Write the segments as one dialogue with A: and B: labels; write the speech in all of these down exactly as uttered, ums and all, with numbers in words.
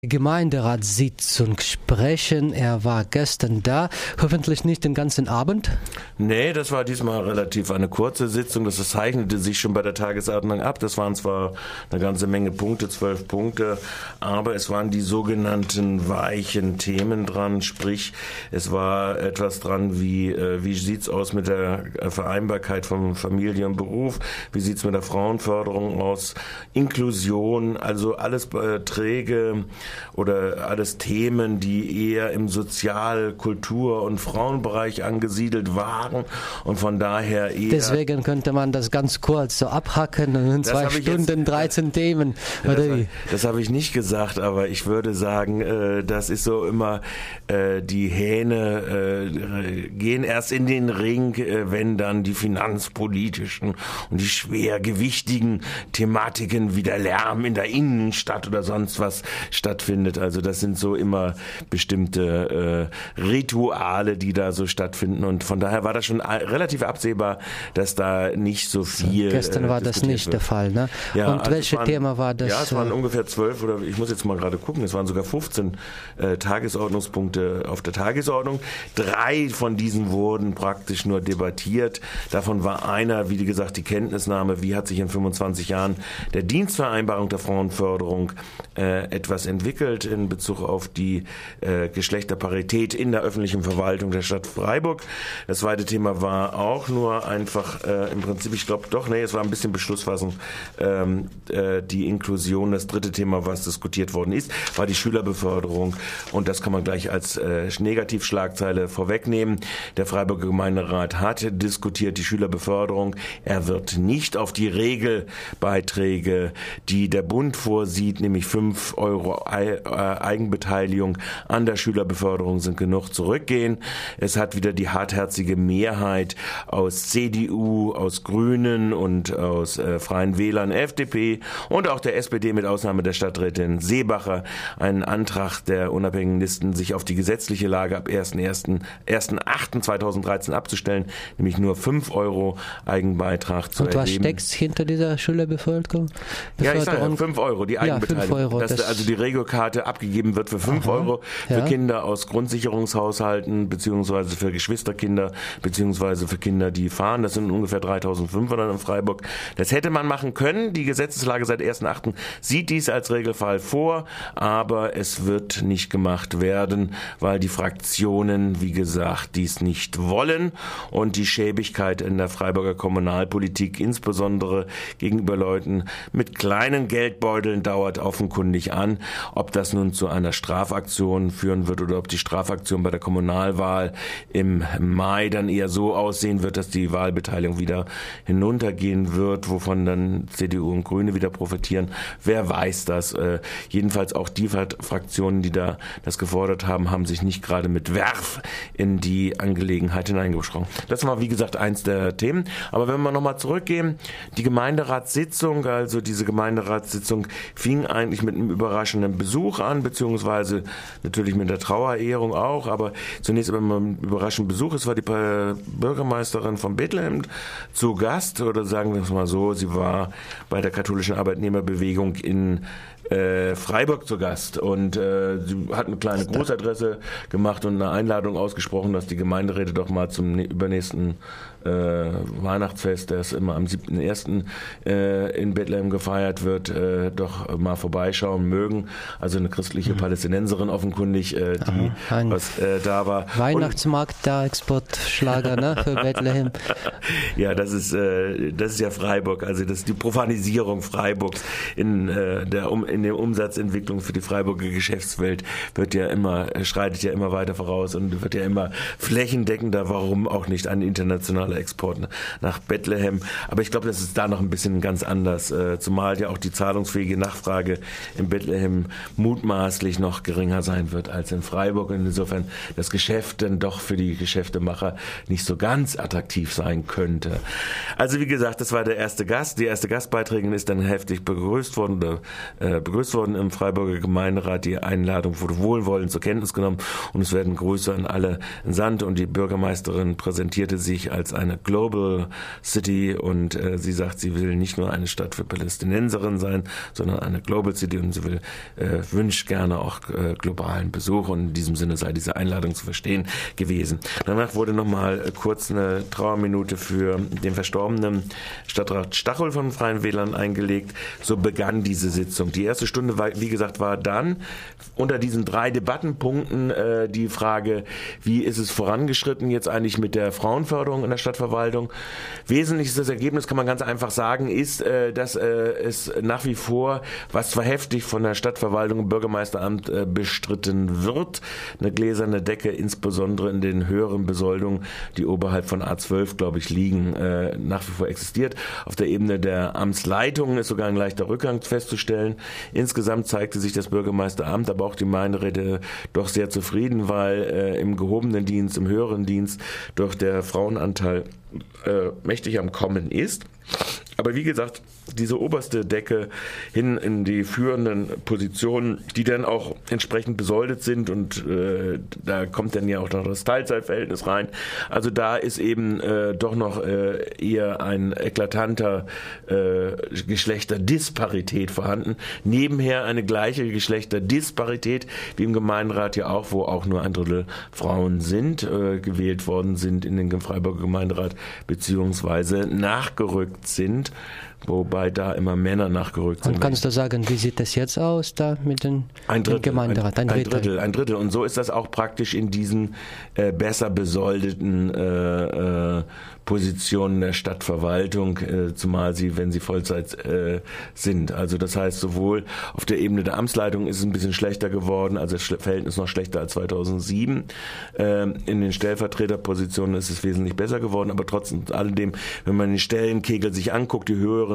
A: Gemeinderatssitzung sprechen. Er war gestern da, hoffentlich nicht den ganzen Abend.
B: Nee, das war diesmal relativ eine kurze Sitzung. Das zeichnete sich schon bei der Tagesordnung ab. Das waren zwar eine ganze Menge Punkte, zwölf Punkte, aber es waren die sogenannten weichen Themen dran. Sprich, es war etwas dran wie, wie sieht's aus mit der Vereinbarkeit von Familie und Beruf? Wie sieht's mit der Frauenförderung aus? Inklusion, also alles Beträge oder alles Themen, die eher im Sozial-, Kultur- und Frauenbereich angesiedelt waren und von daher eher...
A: Deswegen könnte man das ganz kurz so abhacken und in zwei Stunden jetzt, dreizehn Themen, oder
B: das,
A: wie?
B: Das habe ich nicht gesagt, aber ich würde sagen, äh, das ist so immer, äh, die Hähne äh, gehen erst in den Ring, äh, wenn dann die finanzpolitischen und die schwergewichtigen Thematiken wie der Lärm in der Innenstadt oder sonst was stattfindet. Also das sind so immer bestimmte äh, Rituale, die da so stattfinden und von daher war das schon relativ absehbar, dass da nicht so viel
A: so, Gestern war äh, das nicht wird. Der Fall, ne?
B: Ja,
A: und
B: also
A: welches
B: waren,
A: Thema war das?
B: Ja, es waren äh, ungefähr zwölf oder ich muss jetzt mal gerade gucken, es waren sogar fünfzehn äh, Tagesordnungspunkte auf der Tagesordnung. Drei von diesen wurden praktisch nur debattiert. Davon war einer, wie gesagt, die Kenntnisnahme, wie hat sich in fünfundzwanzig Jahren der Dienstvereinbarung der Frauenförderung äh, etwas entwickelt in Bezug auf die äh, Geschlechterparität in der öffentlichen Verwaltung der Stadt Freiburg. Das zweite Thema war auch nur einfach äh, im Prinzip, ich glaube doch, nee, es war ein bisschen beschlussfassend, ähm, äh, die Inklusion. Das dritte Thema, was diskutiert worden ist, war die Schülerbeförderung und das kann man gleich als äh, Negativschlagzeile vorwegnehmen. Der Freiburger Gemeinderat hat diskutiert die Schülerbeförderung. Er wird nicht auf die Regelbeiträge, die der Bund vorsieht, nämlich fünf Euro Eigenbeteiligung an der Schülerbeförderung sind genug, zurückgehen. Es hat wieder die hartherzige Mehrheit aus C D U, aus Grünen und aus äh, Freien Wählern, F D P und auch der S P D mit Ausnahme der Stadträtin Seebacher einen Antrag der unabhängigen Listen, sich auf die gesetzliche Lage ab erster achter zweitausenddreizehn abzustellen, nämlich nur fünf Euro Eigenbeitrag zu
A: und
B: erheben.
A: Und was steckt hinter dieser Schülerbeförderung?
B: Ja, ich sage ja, fünf Euro, die Eigenbeteiligung.
A: Ja, fünf Euro,
B: dass
A: das
B: also die Regiokarte abgegeben wird für fünf Euro für
A: ja.
B: Kinder aus Grundsicherungshaushalten beziehungsweise für Geschwisterkinder beziehungsweise für Kinder, die fahren. Das sind ungefähr dreitausendfünfhundert in Freiburg. Das hätte man machen können. Die Gesetzeslage seit erster achter sieht dies als Regelfall vor, aber es wird nicht gemacht werden, weil die Fraktionen, wie gesagt, dies nicht wollen und die Schäbigkeit in der Freiburger Kommunalpolitik, insbesondere gegenüber Leuten mit kleinen Geldbeuteln, dauert offenkundig an. Ob das nun zu einer Strafaktion führen wird oder ob die Strafaktion bei der Kommunalwahl im Mai dann eher so aussehen wird, dass die Wahlbeteiligung wieder hinuntergehen wird, wovon dann C D U und Grüne wieder profitieren. Wer weiß das? Äh, jedenfalls auch die Fraktionen, die da das gefordert haben, haben sich nicht gerade mit Werf in die Angelegenheit hineingesprochen. Das war, wie gesagt, eins der Themen. Aber wenn wir nochmal zurückgehen, die Gemeinderatssitzung, also diese Gemeinderatssitzung fing eigentlich mit einem überraschenden Besuch an, beziehungsweise natürlich mit der Trauerehrung auch, aber zunächst aber mit einem überraschenden Besuch. Es war die Bürgermeisterin von Bethlehem zu Gast, oder sagen wir es mal so, sie war bei der katholischen Arbeitnehmerbewegung in äh, Freiburg zu Gast und äh, sie hat eine kleine Großadresse gemacht und eine Einladung ausgesprochen, dass die Gemeinderäte doch mal zum übernächsten äh, Weihnachtsfest, das immer am siebten ersten äh, in Bethlehem gefeiert wird, äh, doch mal vorbeischauen mögen. Also eine christliche Palästinenserin offenkundig, äh, die
A: Aha,
B: was äh, da war.
A: Weihnachtsmarkt, da Exportschlager, ne, für Bethlehem.
B: Ja, das ist äh, das ist ja Freiburg, also das ist die Profanisierung Freiburgs in äh, der um, in der Umsatzentwicklung für die Freiburger Geschäftswelt wird ja immer schreitet ja immer weiter voraus und wird ja immer flächendeckender. Warum auch nicht ein internationaler Export nach Bethlehem? Aber ich glaube, das ist da noch ein bisschen ganz anders, äh, zumal ja auch die zahlungsfähige Nachfrage in Bethlehem mutmaßlich noch geringer sein wird als in Freiburg und insofern das Geschäft dann doch für die Geschäftemacher nicht so ganz attraktiv sein könnte. Also wie gesagt, das war der erste Gast. Die erste Gastbeiträgerin ist dann heftig begrüßt worden oder äh, begrüßt worden im Freiburger Gemeinderat. Die Einladung wurde wohlwollend zur Kenntnis genommen und es werden Grüße an alle entsandt. Und die Bürgermeisterin präsentierte sich als eine Global City und äh, sie sagt, sie will nicht nur eine Stadt für Palästinenserinnen sein, sondern eine Global City und sie will, äh, wünscht gerne auch äh, globalen Besuch und in diesem Sinne sei diese Einladung zu verstehen gewesen. Danach wurde nochmal äh, kurz eine Trauerminute für den verstorbenen Stadtrat Stachel von Freien Wählern eingelegt. So begann diese Sitzung. Die erste Stunde, war, wie gesagt, war dann unter diesen drei Debattenpunkten äh, die Frage, wie ist es vorangeschritten jetzt eigentlich mit der Frauenförderung in der Stadtverwaltung. Wesentliches Ergebnis, kann man ganz einfach sagen, ist, äh, dass äh, es nach wie vor, was zwar heftig von der Stadtverwaltung und Bürgermeisteramt äh, bestritten wird, eine gläserne Decke, insbesondere in den höheren Besoldungen, die oberhalb von A zwölf, glaube ich, liegen, äh, nach wie vor existiert. Auf der Ebene der Amtsleitungen ist sogar ein leichter Rückgang festzustellen. Insgesamt zeigte sich das Bürgermeisteramt, aber auch die Gemeinderäte doch sehr zufrieden, weil äh, im gehobenen Dienst, im höheren Dienst doch der Frauenanteil äh, mächtig am Kommen ist. Aber wie gesagt, diese oberste Decke hin in die führenden Positionen, die dann auch entsprechend besoldet sind und äh, da kommt dann ja auch noch das Teilzeitverhältnis rein. Also da ist eben äh, doch noch äh, eher ein eklatanter äh, Geschlechterdisparität vorhanden. Nebenher eine gleiche Geschlechterdisparität wie im Gemeinderat ja auch, wo auch nur ein Drittel Frauen sind, äh, gewählt worden sind in den Freiburger Gemeinderat beziehungsweise nachgerückt sind. Wobei da immer Männer nachgerückt sind.
A: Und kannst du sagen, wie sieht das jetzt aus da mit den,
B: ein Drittel,
A: dem Gemeinderat?
B: Ein, ein, Drittel. ein Drittel, ein Drittel. Und so ist das auch praktisch in diesen äh, besser besoldeten äh, äh, Positionen der Stadtverwaltung, äh, zumal sie, wenn sie Vollzeit äh, sind. Also das heißt, sowohl auf der Ebene der Amtsleitung ist es ein bisschen schlechter geworden, also das Verhältnis noch schlechter als zweitausendsieben. Äh, in den Stellvertreterpositionen ist es wesentlich besser geworden, aber trotz alledem, wenn man den Stellenkegel sich anguckt, die höheren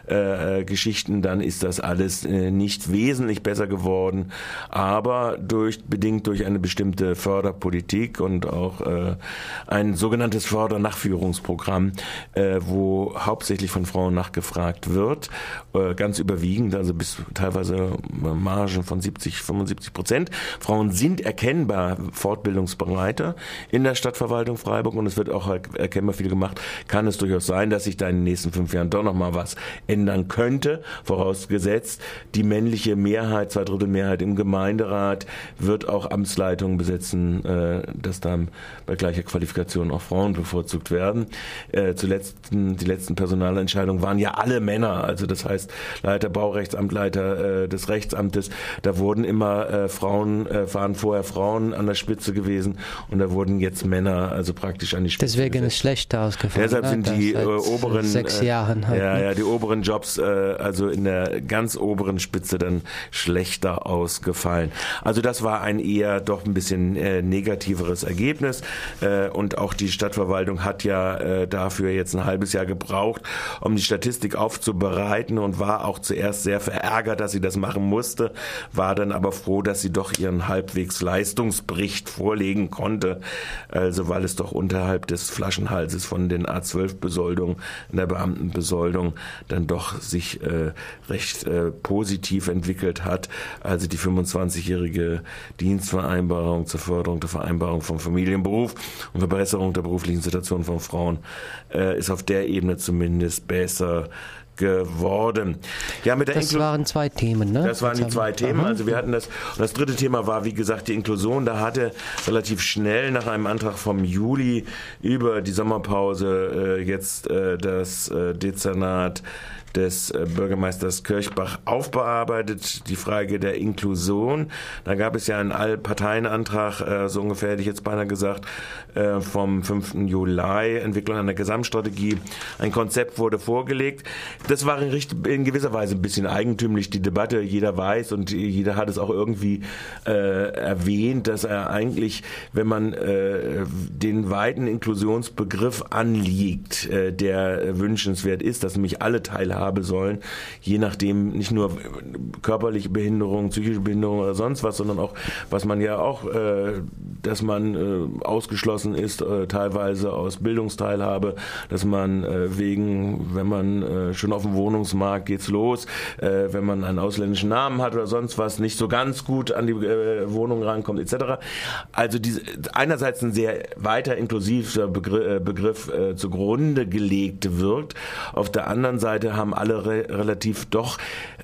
B: Äh, Geschichten, dann ist das alles äh, nicht wesentlich besser geworden, aber durch, bedingt durch eine bestimmte Förderpolitik und auch äh, ein sogenanntes Fördernachführungsprogramm, äh, wo hauptsächlich von Frauen nachgefragt wird, äh, ganz überwiegend, also bis teilweise Margen von siebzig, fünfundsiebzig Prozent. Frauen sind erkennbar fortbildungsbereiter in der Stadtverwaltung Freiburg und es wird auch erkennbar viel gemacht. Kann es durchaus sein, dass sich da in den nächsten fünf Jahren doch noch mal was ändern könnte, vorausgesetzt die männliche Mehrheit, zwei Drittel Mehrheit im Gemeinderat wird auch Amtsleitungen besetzen, äh, dass dann bei gleicher Qualifikation auch Frauen bevorzugt werden. Äh, zuletzt, die letzten Personalentscheidungen waren ja alle Männer, also das heißt Leiter Baurechtsamt, Leiter äh, des Rechtsamtes, da wurden immer äh, Frauen, äh, waren vorher Frauen an der Spitze gewesen und da wurden jetzt Männer also praktisch an die Spitze
A: Deswegen
B: gesetzt.
A: ist schlechter ausgefallen.
B: Deshalb sind die äh, oberen
A: sechs
B: äh,
A: Jahren halt,
B: ja,
A: ne?
B: ja, die oberen Jobs, äh, also in der ganz oberen Spitze dann schlechter ausgefallen. Also das war ein eher doch ein bisschen äh, negativeres Ergebnis äh, und auch die Stadtverwaltung hat ja äh, dafür jetzt ein halbes Jahr gebraucht, um die Statistik aufzubereiten und war auch zuerst sehr verärgert, dass sie das machen musste, war dann aber froh, dass sie doch ihren halbwegs Leistungsbericht vorlegen konnte, also weil es doch unterhalb des Flaschenhalses von den A zwölf Besoldungen in der Beamtenbesoldung dann doch sich äh, recht äh, positiv entwickelt hat. Also die fünfundzwanzigjährige Dienstvereinbarung zur Förderung der Vereinbarung von Familie und Beruf und Verbesserung der beruflichen Situation von Frauen äh, ist auf der Ebene zumindest besser geworden. Ja, mit der
A: das
B: Inklu-
A: waren zwei Themen, ne?
B: Das waren die zwei Themen.
A: Aha.
B: Also wir hatten das. Und das dritte Thema war, wie gesagt, die Inklusion. Da hatte relativ schnell nach einem Antrag vom Juli über die Sommerpause äh, jetzt äh, das äh, Dezernat des Bürgermeisters Kirchbach aufbearbeitet, die Frage der Inklusion. Da gab es ja einen Allparteienantrag, äh, so ungefähr hätte ich jetzt beinahe gesagt, äh, vom fünften Juli, Entwicklung einer Gesamtstrategie. Ein Konzept wurde vorgelegt. Das war in, in gewisser Weise ein bisschen eigentümlich, die Debatte. Jeder weiß und jeder hat es auch irgendwie äh, erwähnt, dass er eigentlich, wenn man äh, den weiten Inklusionsbegriff anliegt, äh, der wünschenswert ist, dass nämlich alle teilhaben sollen, je nachdem nicht nur körperliche Behinderung, psychische Behinderung oder sonst was, sondern auch, was man ja auch äh, dass man äh, ausgeschlossen ist, äh, teilweise aus Bildungsteilhabe, dass man äh, wegen, wenn man äh, schon auf dem Wohnungsmarkt geht's los, äh, wenn man einen ausländischen Namen hat oder sonst was, nicht so ganz gut an die äh, Wohnung rankommt, et cetera. Also diese, einerseits ein sehr weiter inklusiver Begriff, äh, Begriff äh, zugrunde gelegt wirkt. Auf der anderen Seite haben alle re- relativ doch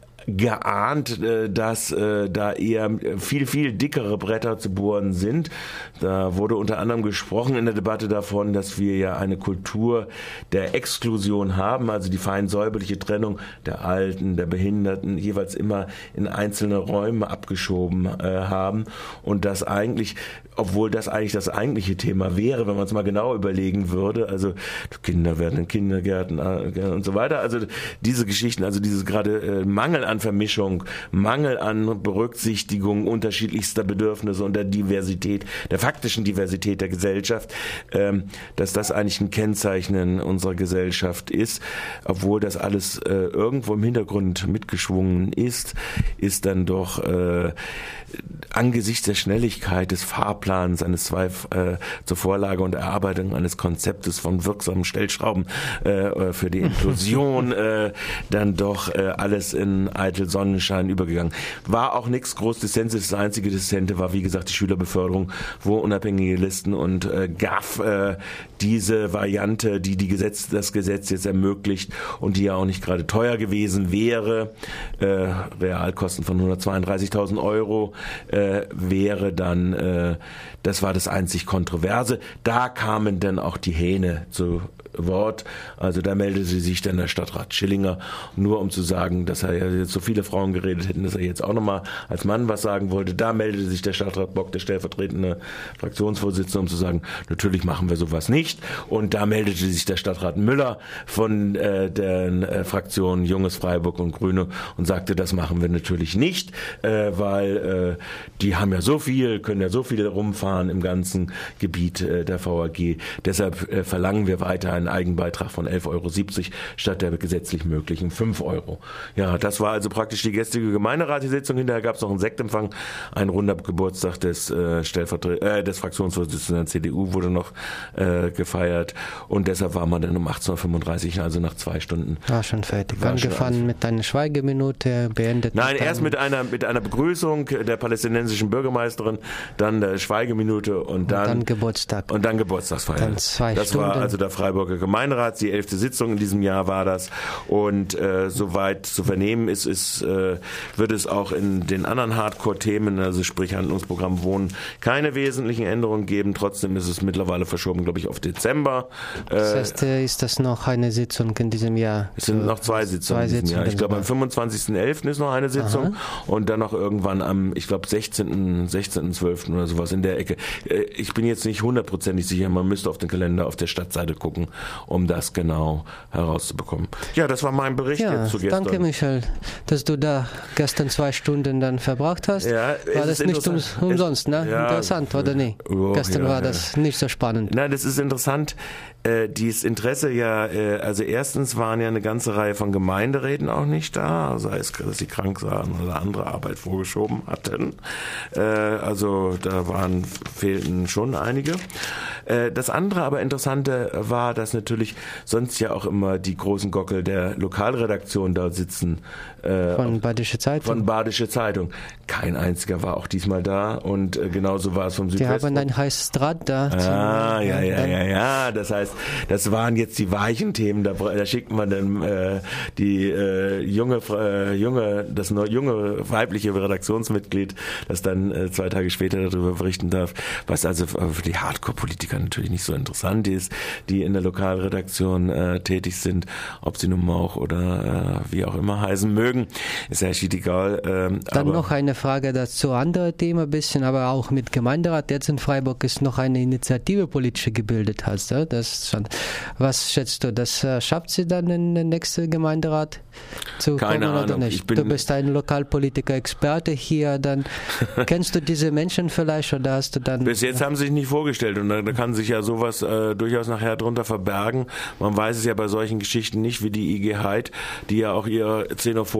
B: geahnt, dass da eher viel, viel dickere Bretter zu bohren sind. Da wurde unter anderem gesprochen in der Debatte davon, dass wir ja eine Kultur der Exklusion haben, also die fein säuberliche Trennung der Alten, der Behinderten, jeweils immer in einzelne Räume abgeschoben äh, haben und das eigentlich, obwohl das eigentlich das eigentliche Thema wäre, wenn man es mal genau überlegen würde, also Kinder werden in Kindergärten äh, und so weiter, also diese Geschichten, also dieses gerade äh, Mangel an Vermischung, Mangel an Berücksichtigung unterschiedlichster Bedürfnisse und der Diversität, der faktischen Diversität der Gesellschaft, ähm, dass das eigentlich ein Kennzeichen unserer Gesellschaft ist, obwohl das alles äh, irgendwo im Hintergrund mitgeschwungen ist, ist dann doch äh, angesichts der Schnelligkeit des Fahrplans eines zwei äh, zur Vorlage und Erarbeitung eines Konzeptes von wirksamen Stellschrauben äh, für die Inklusion äh, dann doch äh, alles in eitel Sonnenschein übergegangen. War auch nichts groß Dissentes. Das einzige Dissente war, wie gesagt, die Schülerbeförderung, wo unabhängige Listen und äh, G A F äh, diese Variante, die, die Gesetz, das Gesetz jetzt ermöglicht und die ja auch nicht gerade teuer gewesen wäre, äh, Realkosten von hundertzweiunddreißigtausend Euro, äh, wäre dann, äh, das war das einzig Kontroverse. Da kamen dann auch die Hähne zu Wort. Also da meldete sich dann der Stadtrat Schillinger, nur um zu sagen, dass er ja jetzt so viele Frauen geredet hätten, dass er jetzt auch nochmal als Mann was sagen wollte. Da meldete sich der Stadtrat Bock, der stellvertretende Fraktionsvorsitzende, um zu sagen, natürlich machen wir sowas nicht. Und da meldete sich der Stadtrat Müller von äh, der äh, Fraktion Junges Freiburg und Grüne und sagte, das machen wir natürlich nicht, äh, weil äh, die haben ja so viel, können ja so viele rumfahren im ganzen Gebiet äh, der V A G. Deshalb äh, verlangen wir weiter einen Eigenbeitrag von elf Euro siebzig statt der gesetzlich möglichen fünf Euro. Ja, das war also praktisch die gestrige Gemeinderatssitzung. Hinterher gab es noch einen Sektempfang. Ein runder Geburtstag des äh, Stellvertret- äh, des Fraktionsvorsitzenden der C D U wurde noch äh, gefeiert und deshalb war man dann um achtzehn Uhr fünfunddreißig, also nach zwei Stunden.
A: War schon fertig. War Angefangen schon mit einer Schweigeminute, beendet.
B: Nein, erst mit einer mit einer Begrüßung der palästinensischen Bürgermeisterin, dann der Schweigeminute und, und dann,
A: dann Geburtstag.
B: Und dann Geburtstagsfeier. Dann
A: zwei
B: das
A: Stunden.
B: war also der Freiburger Gemeinderat, die elfte Sitzung in diesem Jahr war das und äh, soweit zu vernehmen ist, ist äh, wird es auch in den anderen Hardcore-Themen, also sprich Handlungsprogramm Wohnen, keine wesentlichen Änderungen geben. Trotzdem ist es mittlerweile verschoben, glaube ich, auf Dezember.
A: Das heißt, äh, ist das noch eine Sitzung in diesem Jahr?
B: Es sind noch zwei Sitzungen
A: zwei
B: in diesem
A: Sitzungen
B: Jahr. Ich glaube, am fünfundzwanzigsten elften ist noch eine Sitzung. Aha. Und dann noch irgendwann am, ich glaube, sechzehnten zwölften oder sowas in der Ecke. Ich bin jetzt nicht hundertprozentig sicher, man müsste auf den Kalender auf der Stadtseite gucken, um das genau herauszubekommen. Ja, das war mein Bericht
A: ja,
B: jetzt zu gestern.
A: Danke, Michael, dass du da gestern zwei Stunden dann verbracht hast.
B: Ja,
A: war das nicht um, umsonst, ne? Ja, interessant, oder nicht? Oh, gestern ja, war das ja. nicht so spannend.
B: Nein, das ist interessant. Äh, dieses Interesse ja, äh, also erstens waren ja eine ganze Reihe von Gemeinderäten auch nicht da, sei es, dass sie krank waren oder andere Arbeit vorgeschoben hatten. Äh, also da waren, fehlten schon einige. Äh, das andere aber Interessante war, dass natürlich sonst ja auch immer die großen Gockel der Lokalredaktion da sitzen.
A: Äh, von Badische Zeitung?
B: Von Badische Zeitung. Kein einziger war auch diesmal da und äh, genauso war es vom Südwesten.
A: Die haben ein heißes Draht da.
B: Ah, ja, ja, ja, ja. Das heißt, das waren jetzt die weichen Themen. Da, da schickt man dann äh, die äh, junge, äh, junge, das neu, junge weibliche Redaktionsmitglied, das dann äh, zwei Tage später darüber berichten darf, was also für die Hardcore-Politiker natürlich nicht so interessant ist, die in der Lokalredaktion äh, tätig sind, ob sie nun Mauch oder äh, wie auch immer heißen mögen, ist ja echt egal. Ähm,
A: dann aber noch eine Frage dazu, andere Thema ein bisschen, aber auch mit Gemeinderat. Jetzt in Freiburg ist noch eine Initiative politische gebildet hast. Ja? Das schon, was schätzt du, das äh, schafft sie dann in den nächsten Gemeinderat zu
B: Keine
A: kommen oder
B: Ahnung.
A: nicht?
B: Ich bin
A: du bist ein Lokalpolitiker-Experte hier, dann kennst du diese Menschen vielleicht oder hast du dann...
B: Bis jetzt haben sie sich nicht vorgestellt und da, da kann sich ja sowas äh, durchaus nachher drunter verbergen. Man weiß es ja bei solchen Geschichten nicht, wie die I G Heid, die ja auch ihr zehn Uhr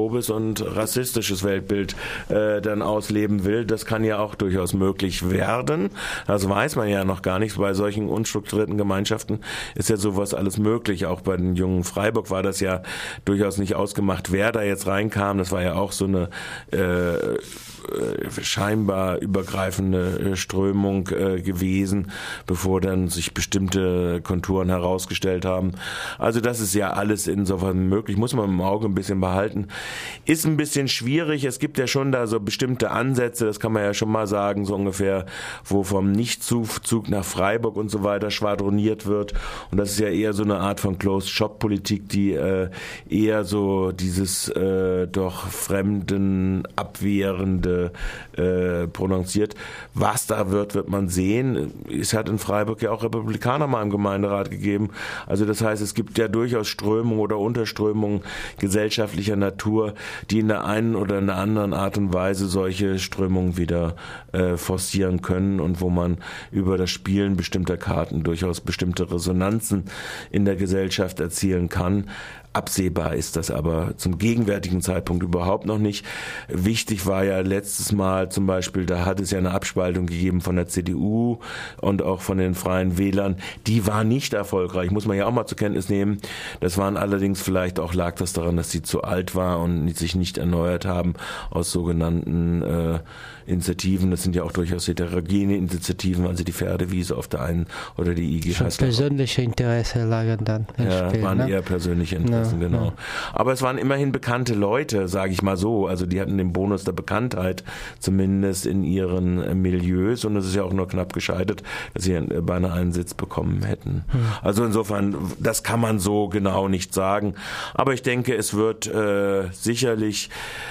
B: homophobes und rassistisches Weltbild äh, dann ausleben will. Das kann ja auch durchaus möglich werden. Das weiß man ja noch gar nicht. Bei solchen unstrukturierten Gemeinschaften ist ja sowas alles möglich. Auch bei den jungen Freiburg war das ja durchaus nicht ausgemacht, wer da jetzt reinkam. Das war ja auch so eine äh, scheinbar übergreifende Strömung äh, gewesen, bevor dann sich bestimmte Konturen herausgestellt haben. Also das ist ja alles insofern möglich, muss man im Auge ein bisschen behalten. Ist ein bisschen schwierig, es gibt ja schon da so bestimmte Ansätze, das kann man ja schon mal sagen, so ungefähr, wo vom Nichtzuzug nach Freiburg und so weiter schwadroniert wird. Und das ist ja eher so eine Art von Closed-Shop-Politik, die äh, eher so dieses äh, doch fremden, abwehrende Äh, prononciert. Was da wird, wird man sehen. Es hat in Freiburg ja auch Republikaner mal im Gemeinderat gegeben. Also das heißt, es gibt ja durchaus Strömungen oder Unterströmungen gesellschaftlicher Natur, die in der einen oder in der anderen Art und Weise solche Strömungen wieder äh, forcieren können und wo man über das Spielen bestimmter Karten durchaus bestimmte Resonanzen in der Gesellschaft erzielen kann. Absehbar ist das aber zum gegenwärtigen Zeitpunkt überhaupt noch nicht. Wichtig war ja letztes Mal zum Beispiel, da hat es ja eine Abspaltung gegeben von der C D U und auch von den Freien Wählern. Die war nicht erfolgreich, muss man ja auch mal zur Kenntnis nehmen. Das waren allerdings, vielleicht auch lag das daran, dass sie zu alt war und sich nicht erneuert haben aus sogenannten äh, Initiativen. Das sind ja auch durchaus heterogene Initiativen, also die Pferdewiese auf der einen oder die I G.
A: Persönliche Interesse lagen dann im
B: ja,
A: Spiel,
B: waren
A: ne?
B: eher persönliche Interessen, ja, genau. Ja. Aber es waren immerhin bekannte Leute, sage ich mal so. Also die hatten den Bonus der Bekanntheit, zumindest in ihren Milieus. Und es ist ja auch nur knapp gescheitert, dass sie beinahe einen Sitz bekommen hätten. Hm. Also insofern, das kann man so genau nicht sagen. Aber ich denke, es wird äh, sicherlich...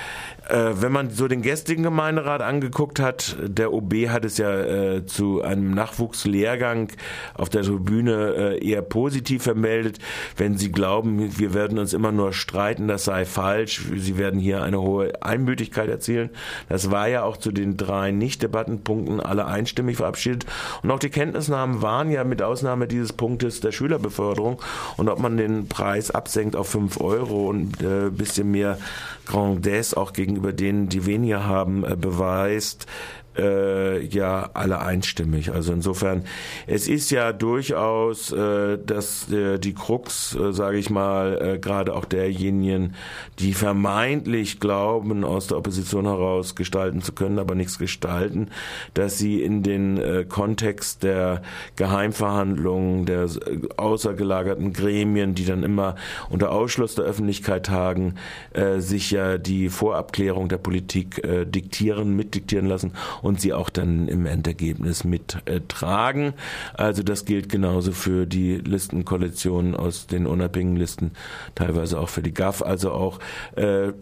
B: Wenn man so den gestrigen Gemeinderat angeguckt hat, der O B hat es ja äh, zu einem Nachwuchslehrgang auf der Tribüne äh, eher positiv vermeldet. Wenn Sie glauben, wir werden uns immer nur streiten, das sei falsch. Sie werden hier eine hohe Einmütigkeit erzielen. Das war ja auch zu den drei Nicht-Debattenpunkten alle einstimmig verabschiedet. Und auch die Kenntnisnahmen waren ja mit Ausnahme dieses Punktes der Schülerbeförderung. Und ob man den Preis absenkt auf fünf Euro und ein äh, bisschen mehr Grandesse auch gegenüber über denen, die weniger haben, beweist, äh, ja alle einstimmig. Also insofern, es ist ja durchaus, äh, dass äh, die Krux, äh, sage ich mal, äh, gerade auch derjenigen, die vermeintlich glauben, aus der Opposition heraus gestalten zu können, aber nichts gestalten, dass sie in den äh, Kontext der Geheimverhandlungen, der äh, außergelagerten Gremien, die dann immer unter Ausschluss der Öffentlichkeit tagen, äh, sich ja die Vorabklärung der Politik äh, diktieren, mitdiktieren lassen und sie auch dann im Endergebnis mittragen. Also das gilt genauso für die Listenkoalitionen aus den unabhängigen Listen, teilweise auch für die G A F, also auch äh,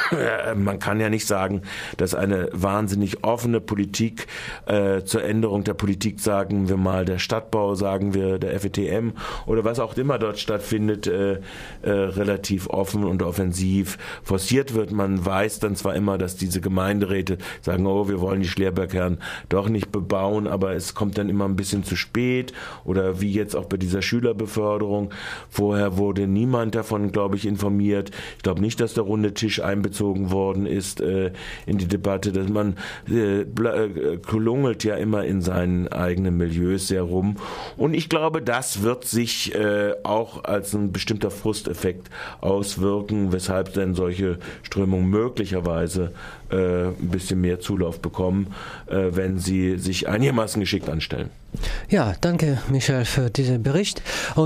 B: man kann ja nicht sagen, dass eine wahnsinnig offene Politik äh, zur Änderung der Politik, sagen wir mal der Stadtbau, sagen wir der F E T M oder was auch immer dort stattfindet, äh, äh, relativ offen und offensiv forciert wird. Man weiß dann zwar immer, dass diese Gemeinderäte sagen, oh, wir wollen die Schlierbergherren doch nicht bebauen, aber es kommt dann immer ein bisschen zu spät oder wie jetzt auch bei dieser Schülerbeförderung. Vorher wurde niemand davon, glaube ich, informiert. Ich glaube nicht, dass der runde Tisch einbezogen worden ist äh, in die Debatte, dass man äh, äh, klungelt ja immer in seinen eigenen Milieus sehr rum. Und ich glaube, das wird sich äh, auch als ein bestimmter Frusteffekt auswirken, weshalb dann solche Strömungen möglicherweise äh, ein bisschen mehr Zulauf bekommen, äh, wenn sie sich einigermaßen geschickt anstellen.
A: Ja, danke Michael für diesen Bericht. Und